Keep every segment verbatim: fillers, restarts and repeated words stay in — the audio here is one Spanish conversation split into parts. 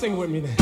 sing with me then.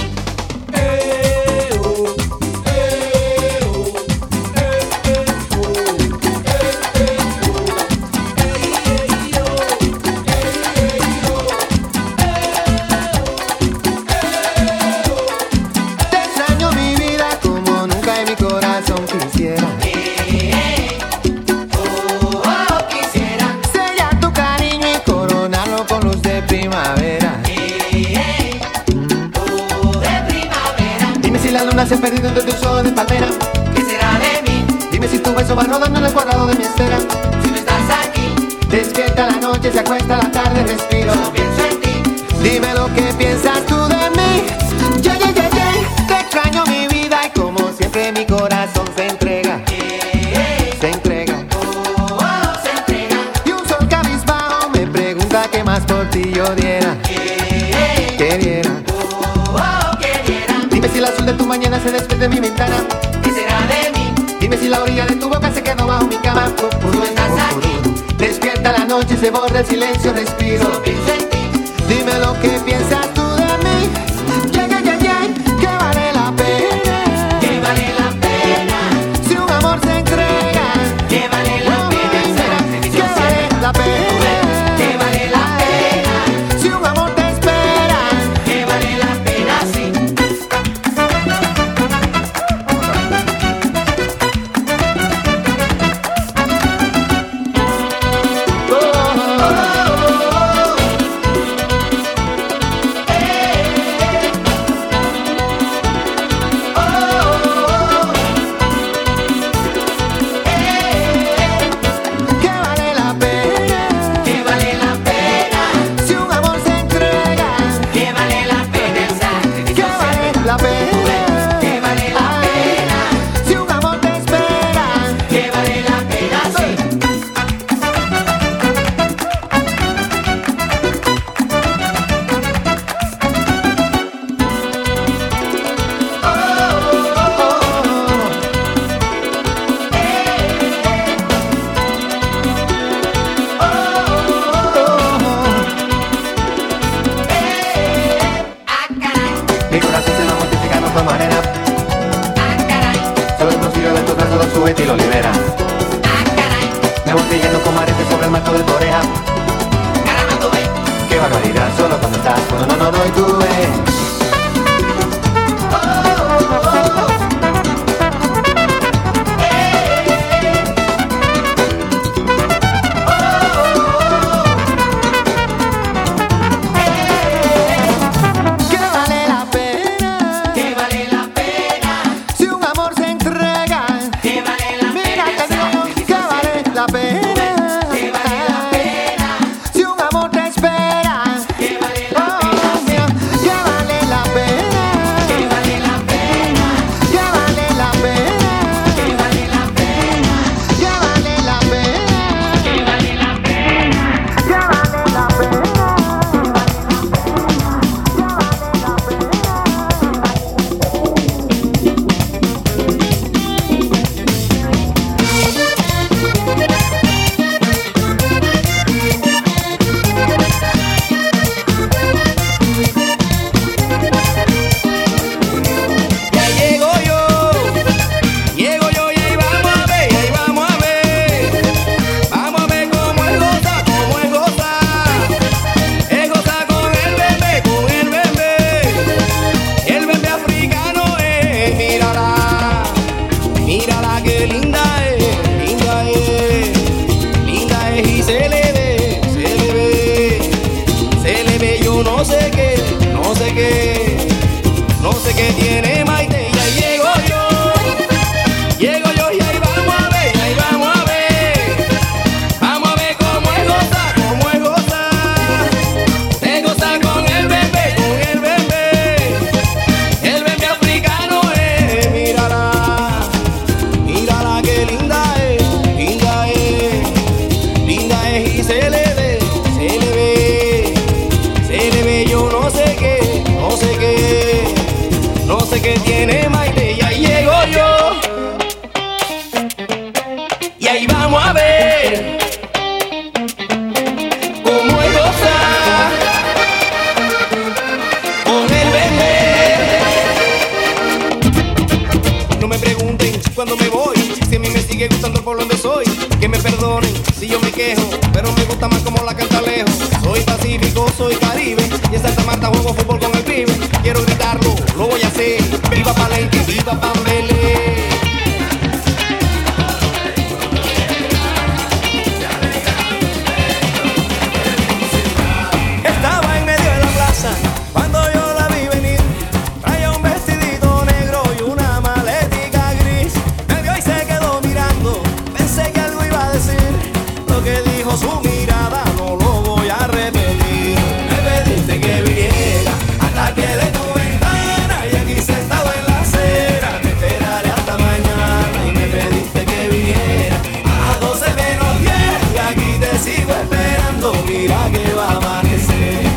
Se ha perdido entre tus ojos de palmera. ¿Qué será de mí? Dime si tu beso va rodando en el cuadrado de mi esfera. Si no estás aquí, despierta la noche, se acuesta la tarde, respiro. solo pienso en ti. Dime lo que piensas tú de mí. Yeah, yeah, yeah, yeah. Te extraño mi vida y como siempre mi corazón se entrega. Yeah. Se entrega. Oh, oh, se entrega. Y un sol cabizbajo me pregunta qué más por ti yo diera. Yeah. Que diera. Oh, oh, que diera. Dime si el azul de tu mañana se despide de mi ventana. ¿Qué será de mí? Dime si la orilla de tu boca se quedó bajo mi cama. Tú no estás aquí. Despierta la noche, se borra el silencio, respiro. Solo pienso en ti. Dime lo que piensas tú de mí. Yeah, yeah, yeah, yeah. Que vale la pena. Que vale la pena. Si un amor se entrega. Que vale la Oh, pena. mira, Será que vale la pena. Que vale la pena. Si un amor te espera. Que vale la pena, sí. Que vale la pena. Que vale la pena. Si un amor se entrega. Que vale la pena el Que sacrificio. vale la pena. Que vale la pena. Si un amor te espera. Que vale la pena, sí. Ah, caray, Mi corazón se va mortificando por manera. ah, caray, Solo el bolsillo de tu brazo lo sube y lo libera. ah, caray. Me voy yendo como arete sobre el manto de tu oreja. Caramba, tú ves. Qué barbaridad, solo cuando estás, cuando no, no, no, y tú ves. Que vale la pena. Que vale la pena. Si un amor se entrega. Que vale la Mira, pena. te digo que vale la pena. Que vale la pena. Si un amor te espera. Que vale la Oh, pena. mira, que vale la pena. Que vale la pena. cuando me voy. Si a mí me sigue gustando por donde soy, que me perdonen si yo me quejo, pero me gusta más como la canta lejos. Soy pacífico, soy caribe, y en Santa Marta juego fútbol con el pibe. Quiero gritarlo, lo voy a hacer. Viva Palenque, viva Pambele. Estaba en medio de la plaza cuando yo la vi venir. Traía un vestidito negro y una maletica gris. Me vio y se quedó mirando. Pensé que algo iba a decir. Lo que dijo su mirada no lo voy a repetir. Me pediste que viniera hasta que de tu ventana y aquí sentado en la acera te esperaré hasta mañana. Y me pediste que viniera a las doce menos diez y aquí te sigo esperando. Mira que va a amanecer.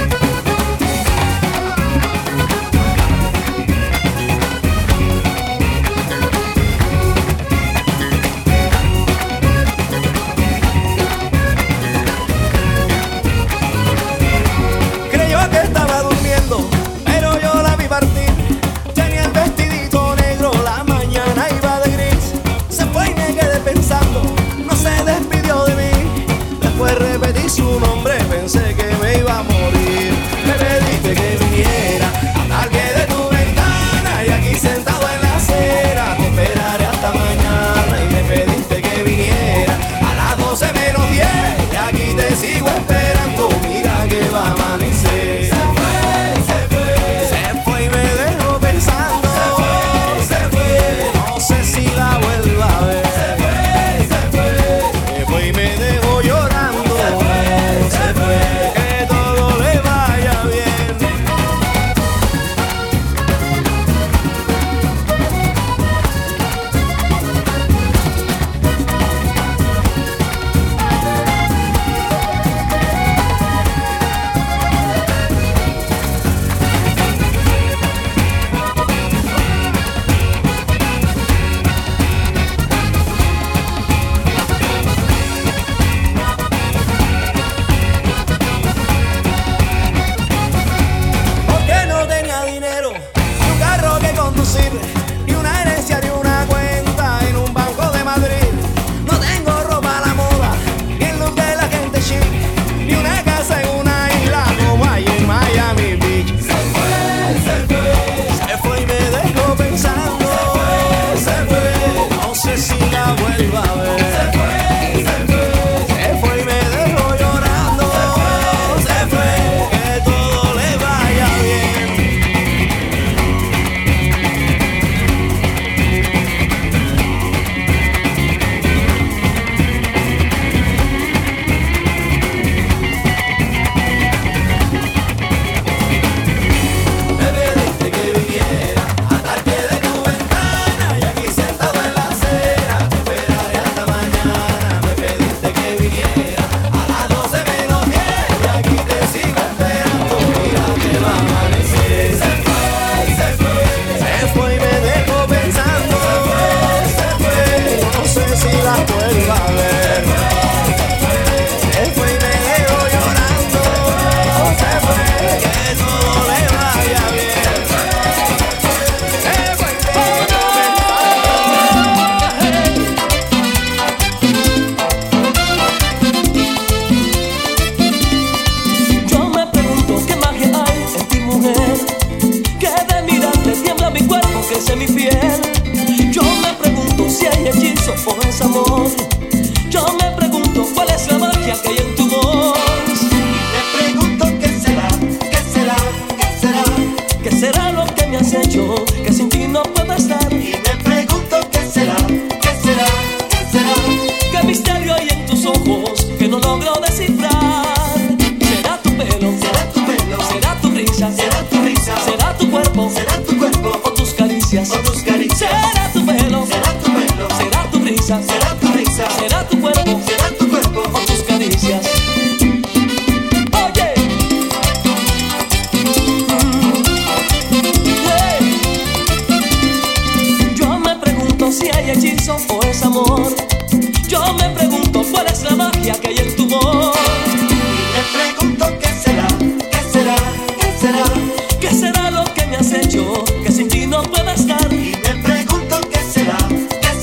Creyó que estaba durmiendo, pero yo la vi partir. Tenía el vestidito negro, la mañana iba de gris. Se fue y me quedé pensando, no se despidió de mí. Después repetí su nombre, pensé que me iba a morir. Me pediste que viniera hasta que de tu ventana y aquí sentado en la acera te esperaré hasta mañana. Y me pediste que viniera a las doce menos diez y aquí te sigo esperando. Mira que va a amanecer. Se fue, se fue, se fue y me dejó pensando. Se fue, se fue, no sé si la vuelva a ver. Se fue, se fue, se fue y me dejó llorando. Se fue, se fue, que todo le vaya bien. Porque no tenía dinero, ni un carro que conducir, ni una herencia, ni una cuenta en un banco de Madrid. No tengo ropa a la moda, ni el look de la gente chic, ni una casa en una isla como hay en Miami Beach. Se fue, se fue, se fue y me dejó pensando. Se fue, se fue, no sé si la vuelva a ver. Se fue, se fue, se fue y me dejó llorando. Se fue, que todo le vaya bien. Me pediste que viniera hasta que de tu ventana y aquí sentado en la acera te esperaré hasta mañana. Me pediste que viniera a las doce menos diez y aquí te sigo esperando. Mira que va a amanecer. Se fue, se fue, se fue y me dejó pensando. Se fue, se fue, no sé si la vuelva a ver. Se fue y me dejó llorando. Se fue, que todo le vaya bien. Se fue, se fue, Yo me pregunto qué magia hay en ti, mujer, que de mirarte tiembla mi cuerpo, crece mi piel. Yo me pregunto si hay hechizo o es amor. Yo me pregunto cuál es la magia que hay en tu voz. Me pregunto qué será, qué será, qué será. ¿Qué será lo que me has hecho que sin ti no puedo estar? Y me pregunto qué será, qué será, qué será. ¿Qué misterio hay en tus ojos que no logro descifrar? ¿Será tu pelo? Será tu pelo, ¿Será tu risa? será tu risa, ¿Será tu cuerpo? será tu cuerpo, ¿O tus caricias? o tus caricias. ¿Será tu pelo? Será tu pelo, ¿Será tu risa? será tu risa, ¿Será tu cuerpo? será tu cuerpo, ¿O tus caricias? Oye. Hey. Yo me pregunto si hay hechizo o es amor. Yo me pregunto cuál es la magia que hay en tu voz. me pregunto qué será, qué será, qué será. ¿Qué será lo que me has hecho que sin ti no puedo estar? Y me pregunto qué será, qué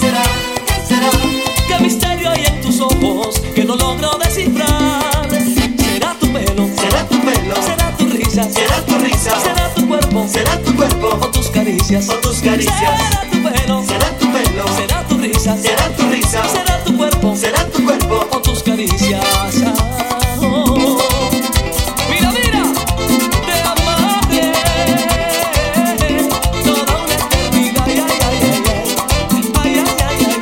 caricias, o tus caricias. Será tu pelo, Será tu pelo, será tu risa, será tu risa, será tu cuerpo, será tu cuerpo, o tus caricias. Oh, mira, mira, te amaré toda una eternidad. Ay, ay, ay, ay, ay, ay, ay, ay, ay.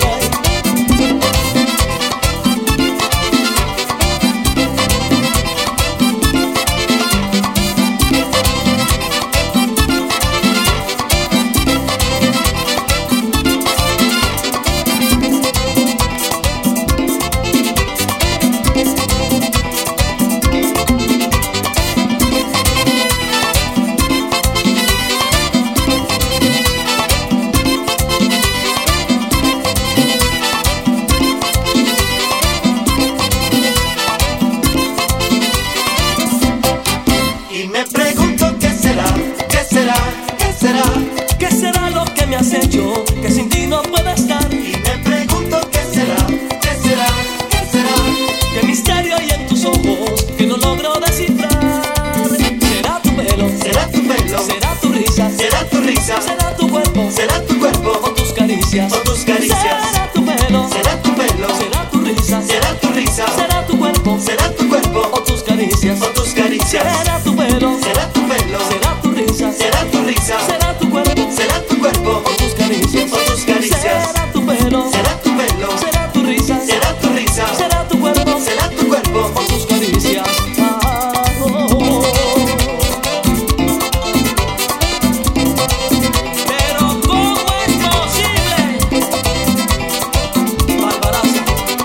y me pregunto qué será, qué será, qué será, ¿Qué será lo que me has hecho que sin ti no puedo estar? y me pregunto qué será, qué será, qué será, ¿Qué misterio hay en tus ojos que no logro descifrar? ¿Será tu pelo? será tu pelo, ¿Será tu risa? será tu risa, ¿Será tu cuerpo? será tu cuerpo, ¿O tus caricias? o tus caricias. ¿Será tu pelo? Será tu pelo, ¿Será tu risa? será tu risa, ¿Será tu cuerpo? será tu cuerpo, ¿O tus caricias? o tus caricias. ¿Será tu pelo? Será tu pelo, ¿Será tu risa? será tu risa, ¿Será tu cuerpo? será tu cuerpo, ¿O tus caricias? o tus caricias. ¿Será tu pelo? Será tu pelo, ¿Será tu risa? será tu risa, ¿Será tu cuerpo? será tu cuerpo, ¿O tus caricias? Ah, oh. Pero ¿cómo es posible? Barbaraza.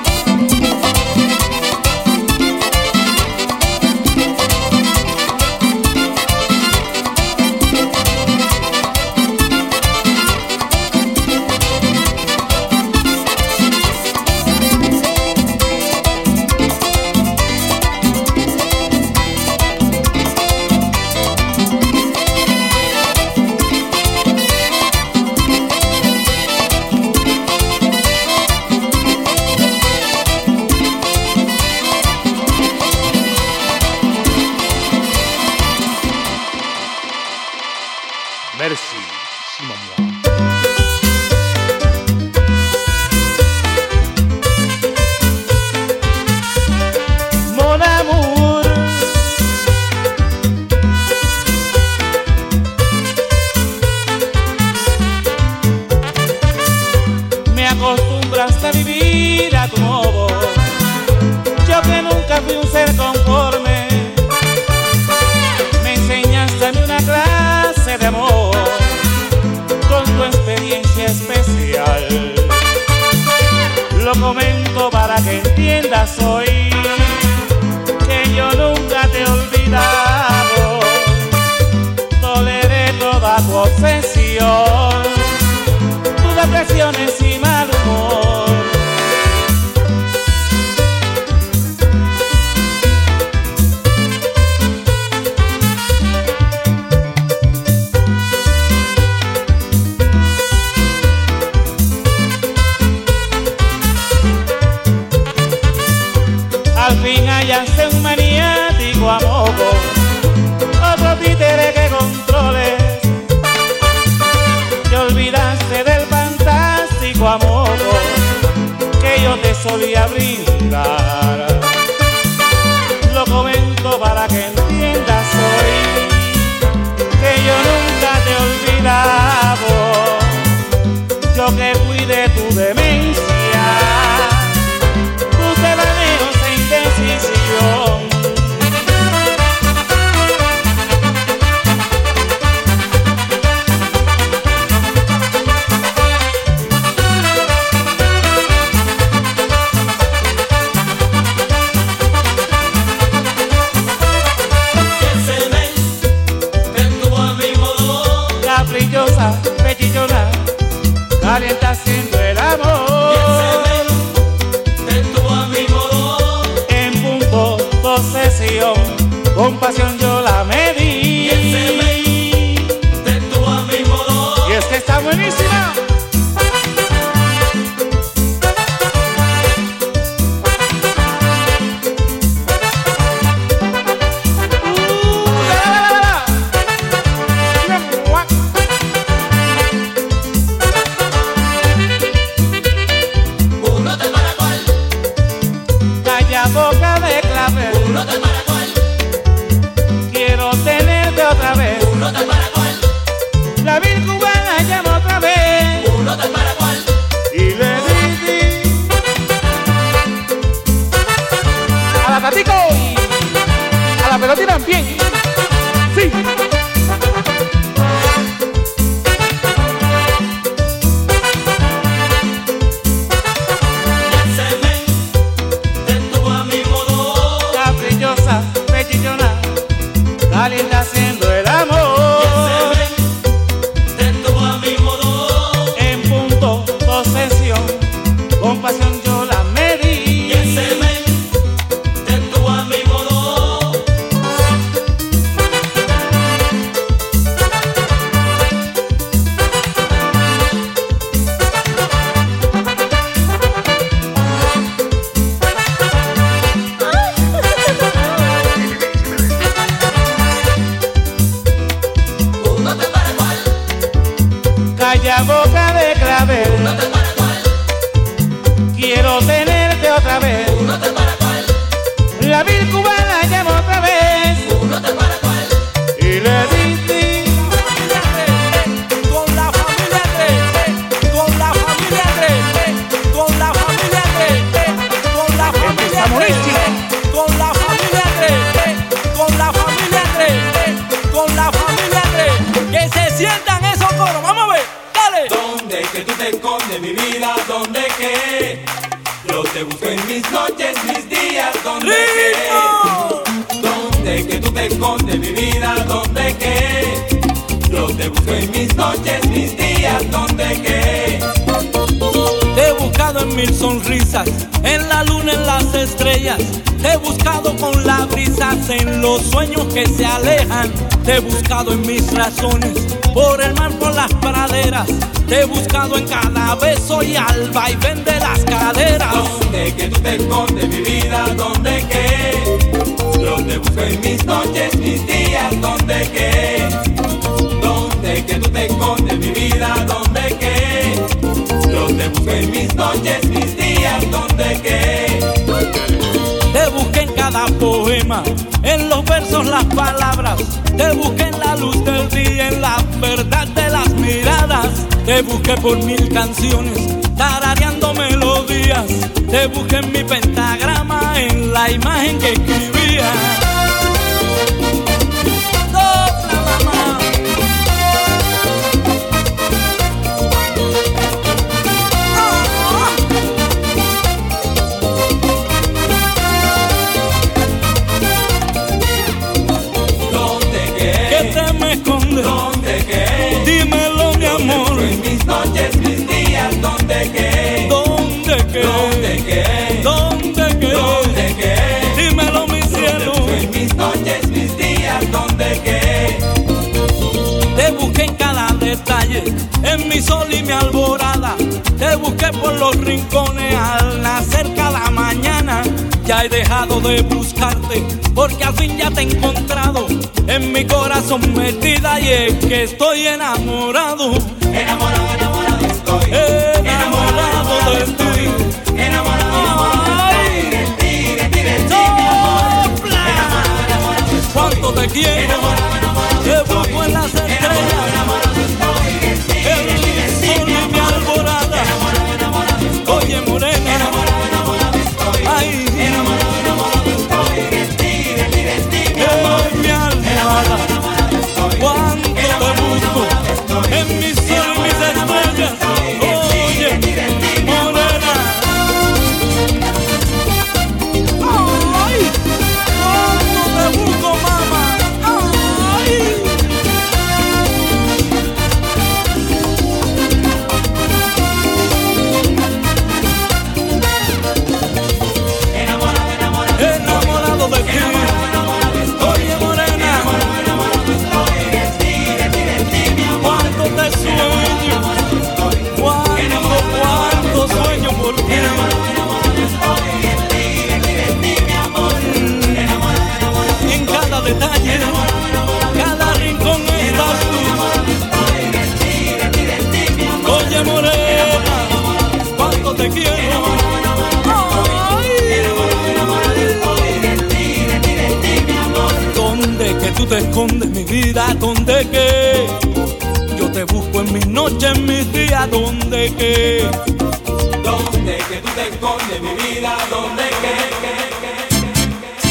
Merci, Simon Moir. Mon amour, me acostumbraste a vivir a tu modo. Yo que nunca fui un ser conforme, me enseñaste a mí una clase de amor con tu experiencia especial. Lo comento para que entiendas hoy que yo nunca te he olvidado. Toleré toda tu obsesión, tus depresiones y mal humor. Al fin hallaste un maniático a modo, otro títere que controles. Te olvidaste del fantástico amor que yo te solía brindar. Lo comento para que entiendas hoy que yo nunca te he olvidado. Yo que cuidé tu demencia, tus devaneos e indecisión. Caprichosa, pechillona, calienta siendo el amor. En punto, posesión, con pasión yo la medí. Y es que está buenísima. Uh, la, la, la, la. Matico y a la pelota también. Sí. Caliente haciendo el amor. Te tuvo a mi modo. En punto, posesión, con pasión yo la medí. Y ese men te tuvo a mi modo. Calla boca de clavel. No te para cual. Quiero tenerte otra vez. No te para cual. La vil cubana llamo otra vez. No te para cual. Y le dije Con la familia Andrés, con la familia Andrés, con la familia Andrés, con la familia Andrés, con la familia Andrés, con la familia Andrés, con la familia Andrés, que se sientan esos coros, vamos a ver, dale. ¿Dónde que tú te escondes, mi vida? ¿Dónde que? Yo te busco en mis noches, mis días. ¿Dónde que? ¿Dónde que tú te escondes, mi vida? ¿Dónde que? Yo te busco en mis noches, mis días. ¿Dónde que? Te he buscado en mil sonrisas, en la luna, en las estrellas. Te he buscado con las brisas, en los sueños que se alejan. Te he buscado en mis razones, por el mar, por las praderas. Te he buscado en cada beso y al vaivén de las caderas. ¿Dónde que tú te escondes, mi vida? ¿Dónde que? Yo te busco en mis noches, mis días. ¿Dónde que? ¿Dónde que tú te escondes, mi vida? ¿Dónde que? Yo te busco en mis noches, mis días. ¿Dónde que? Te busqué en cada poema, en los versos, las palabras. Te busqué en la luz del día, en la verdad de las miradas. Te busqué por mil canciones, tarareando melodías. Te busqué en mi pentagrama, en la imagen que escribía. Sopla, mamá. ¿Dónde que? ¿Qué te me escondes? ¿Dónde que? Dímelo, mi Yo te amor. busco en mis noches, mis días. ¿Dónde que? ¿Dónde que? ¿Dónde que? ¿Dónde que? ¿Dónde que? Dímelo, mi Yo te cielo. busco en mis noches, mis días. ¿Dónde que? Te busqué en cada detalle, en mi sol y mi alborada. Te busqué por los rincones al nacer cada mañana. Ya he dejado de buscarte, porque al fin ya te he encontrado. En mi corazón metida y es que estoy enamorado. Enamorado, enamorado estoy. Enamorado de ti. Enamorado, enamorado estoy. De ti, de ti, de ti, mi amor. ¡Sopla! Enamorado, enamorado estoy. Cuánto te quiero. Enamorado, enamorado Te estoy. busco en las estrellas. Enamorado estoy. De ti, de ti, de El ti, sol mi y mi amor. alborada. Enamorado, enamorado estoy. Oye, morena. Enamorado, enamorado estoy. Ay. Enamorado, enamorado estoy. De ti, de ti, de ti, mi amor. En mi alma. Enamorado, enamorado estoy. Cuánto te busco en mi sol y mis estrellas. Oye, morena. Ay, cuánto te busco, mamá. Ay. Enamorado, enamorado estoy. Enamorado de ti. Enamorado, enamorado estoy. Oye, morena. Enamorado, enamorado estoy. De ti, de ti, de ti, mi amor. Cuánto te sueño. Enamorado estoy. Cuánto, cuánto sueño por ti. Enamorado, enamorado estoy. De ti, de ti, de ti, mi amor. Enamorado, enamorado En cada detalle, cada rincón estás tú. estoy. De ti, de ti, de ti, mi amor. Oye, morena, cuánto te quiero. ¿Dónde que tú te escondes, mi vida? ¿Dónde que? Yo te busco en mis noches, en mis días. ¿Dónde que? ¿Dónde que tú te escondes, mi vida? ¿Dónde que? que, que, que, que?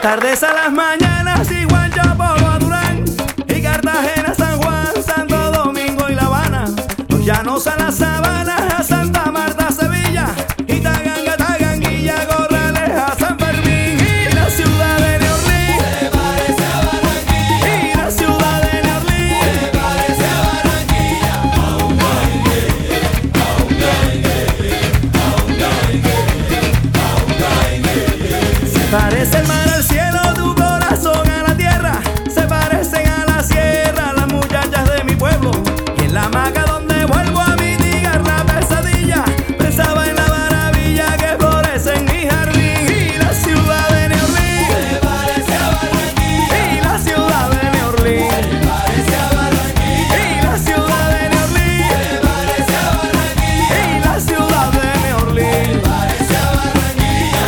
tardes a las mañanas y Guanchapolo a Durán, y Cartagena, San Juan, Santo Domingo y La Habana, los llanos a las sabanas, a Santa Marta, Sevilla, y Taganga, Taganguilla, Corrales a San Fermín, y la ciudad de New Orleans se parece a Barranquilla, y la ciudad de New Orleans se parece a Barranquilla, a un gangue, a un gangue, a un gangue, a un gangue. Se parece el mar al cielo, tu corazón a la tierra, se parecen a la sierra las muchachas de mi pueblo, y en la hamaca donde vuelvo a mitigar la pesadilla, pensaba en la maravilla que florece en mi jardín, y la ciudad de New Orleans se parece a Barranquilla, y la ciudad de New Orleans se parece a Barranquilla, y la ciudad de New Orleans se parece a Barranquilla, y la ciudad de New Orleans se parece a Barranquilla.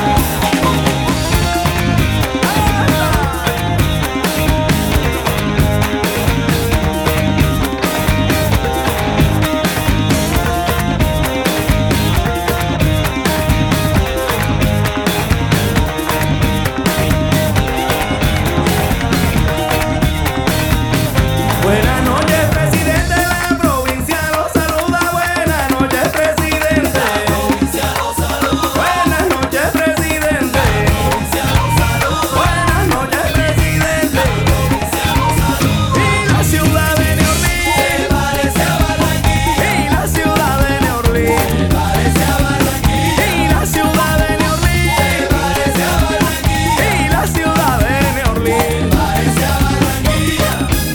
Buenas noches, presidente, la provincia lo saluda. Buenas noches, presidente, la provincia lo saluda. Buenas noches, presidente, la provincia lo saluda. Buenas noches, presidente, la provincia lo saluda. Y la ciudad de New Orleans se parece a Barranquilla, y la ciudad de New Orleans se parece a Barranquilla, y la ciudad de New Orleans se parece a Barranquilla, y la ciudad de New Orleans se parece a Barranquilla.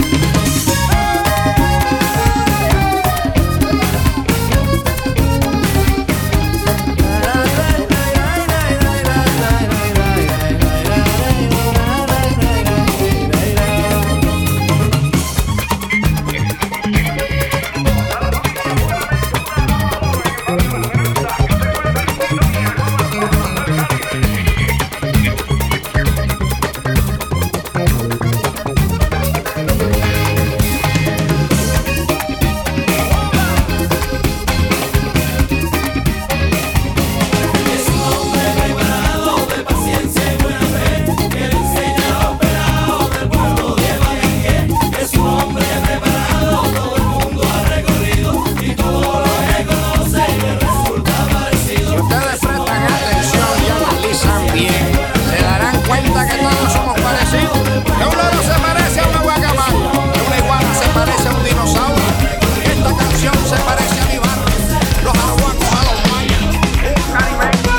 Si ustedes prestan atención y analizan bien, se darán cuenta que todos somos parecidos. Que un loro se parece a una guacamaya, que una iguana se parece a un dinosaurio, que esta canción se parece a mi barrio, los arhuacos a los mayas, un caribeño.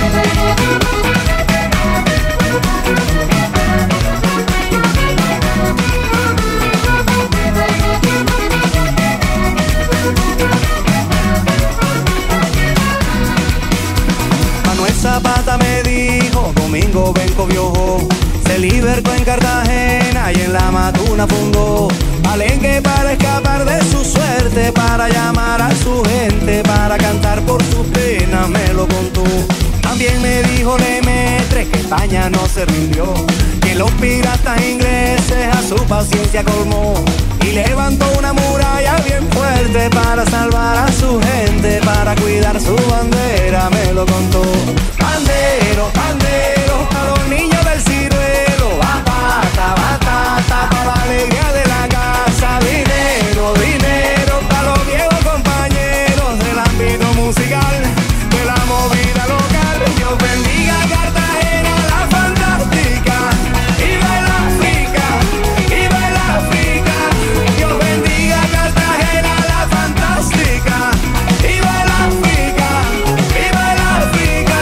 Manuel Zapata me dijo, Domingo Benco viajó, se libertó en Cartagena y en La Matuna fundó Palenque para escapar de su suerte, para llamar a su gente, para cantar por sus penas, me lo contó. También me dijo Lemaitre que España no se rindió, que los piratas ingleses a su paciencia colmó, y levantó una muralla bien fuerte para salvar a su gente, para cuidar su bandera, me lo contó. Bandero, bandero, a los niños del ciruelo, batata, batata, para la alegría de la casa, dinero, dinero, para los viejos compañeros del ámbito musical, de la movida local. Dios bendiga Cartagena, la fantástica, viva el África, viva el África. Dios bendiga Cartagena, la fantástica, viva el África, viva el África.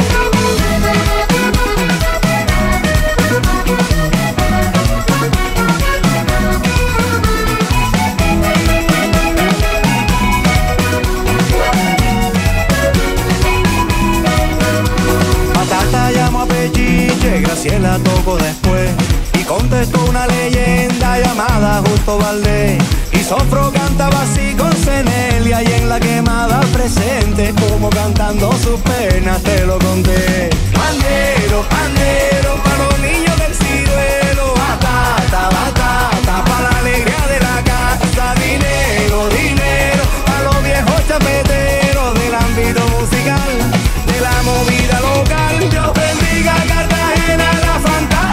Batata llamó a Pechiche, Graciela tocó después, y contestó una leyenda llamada Justo Valdés. Y Sofro cantaba así con Cenelia, y en la quemada presente, como cantando sus penas te lo conté. Bandero, bandero, para los niños del ciruelo, batata, batata, para la alegría de la casa, dinero, dinero, para los viejos chapeteros del ámbito musical, de la movida local. Dios bendiga Cartagena, la fantástica.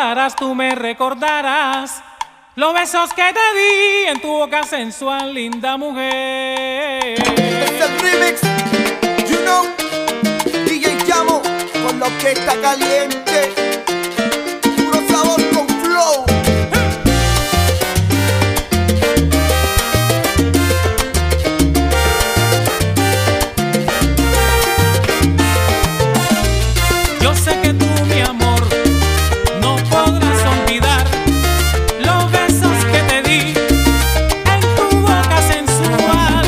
recordarás, tú me recordarás los besos que te di en tu boca sensual, linda mujer. Este es el remix, you know, D J Llamo con la orquesta caliente, puro sabor con flow. Yo sé que tú, mi amor, no podrás olvidar los besos que te di en tu boca sensual.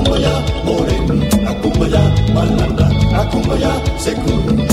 Akumbaya, morena, akumbaya, malanda, akumbaya, sekuru.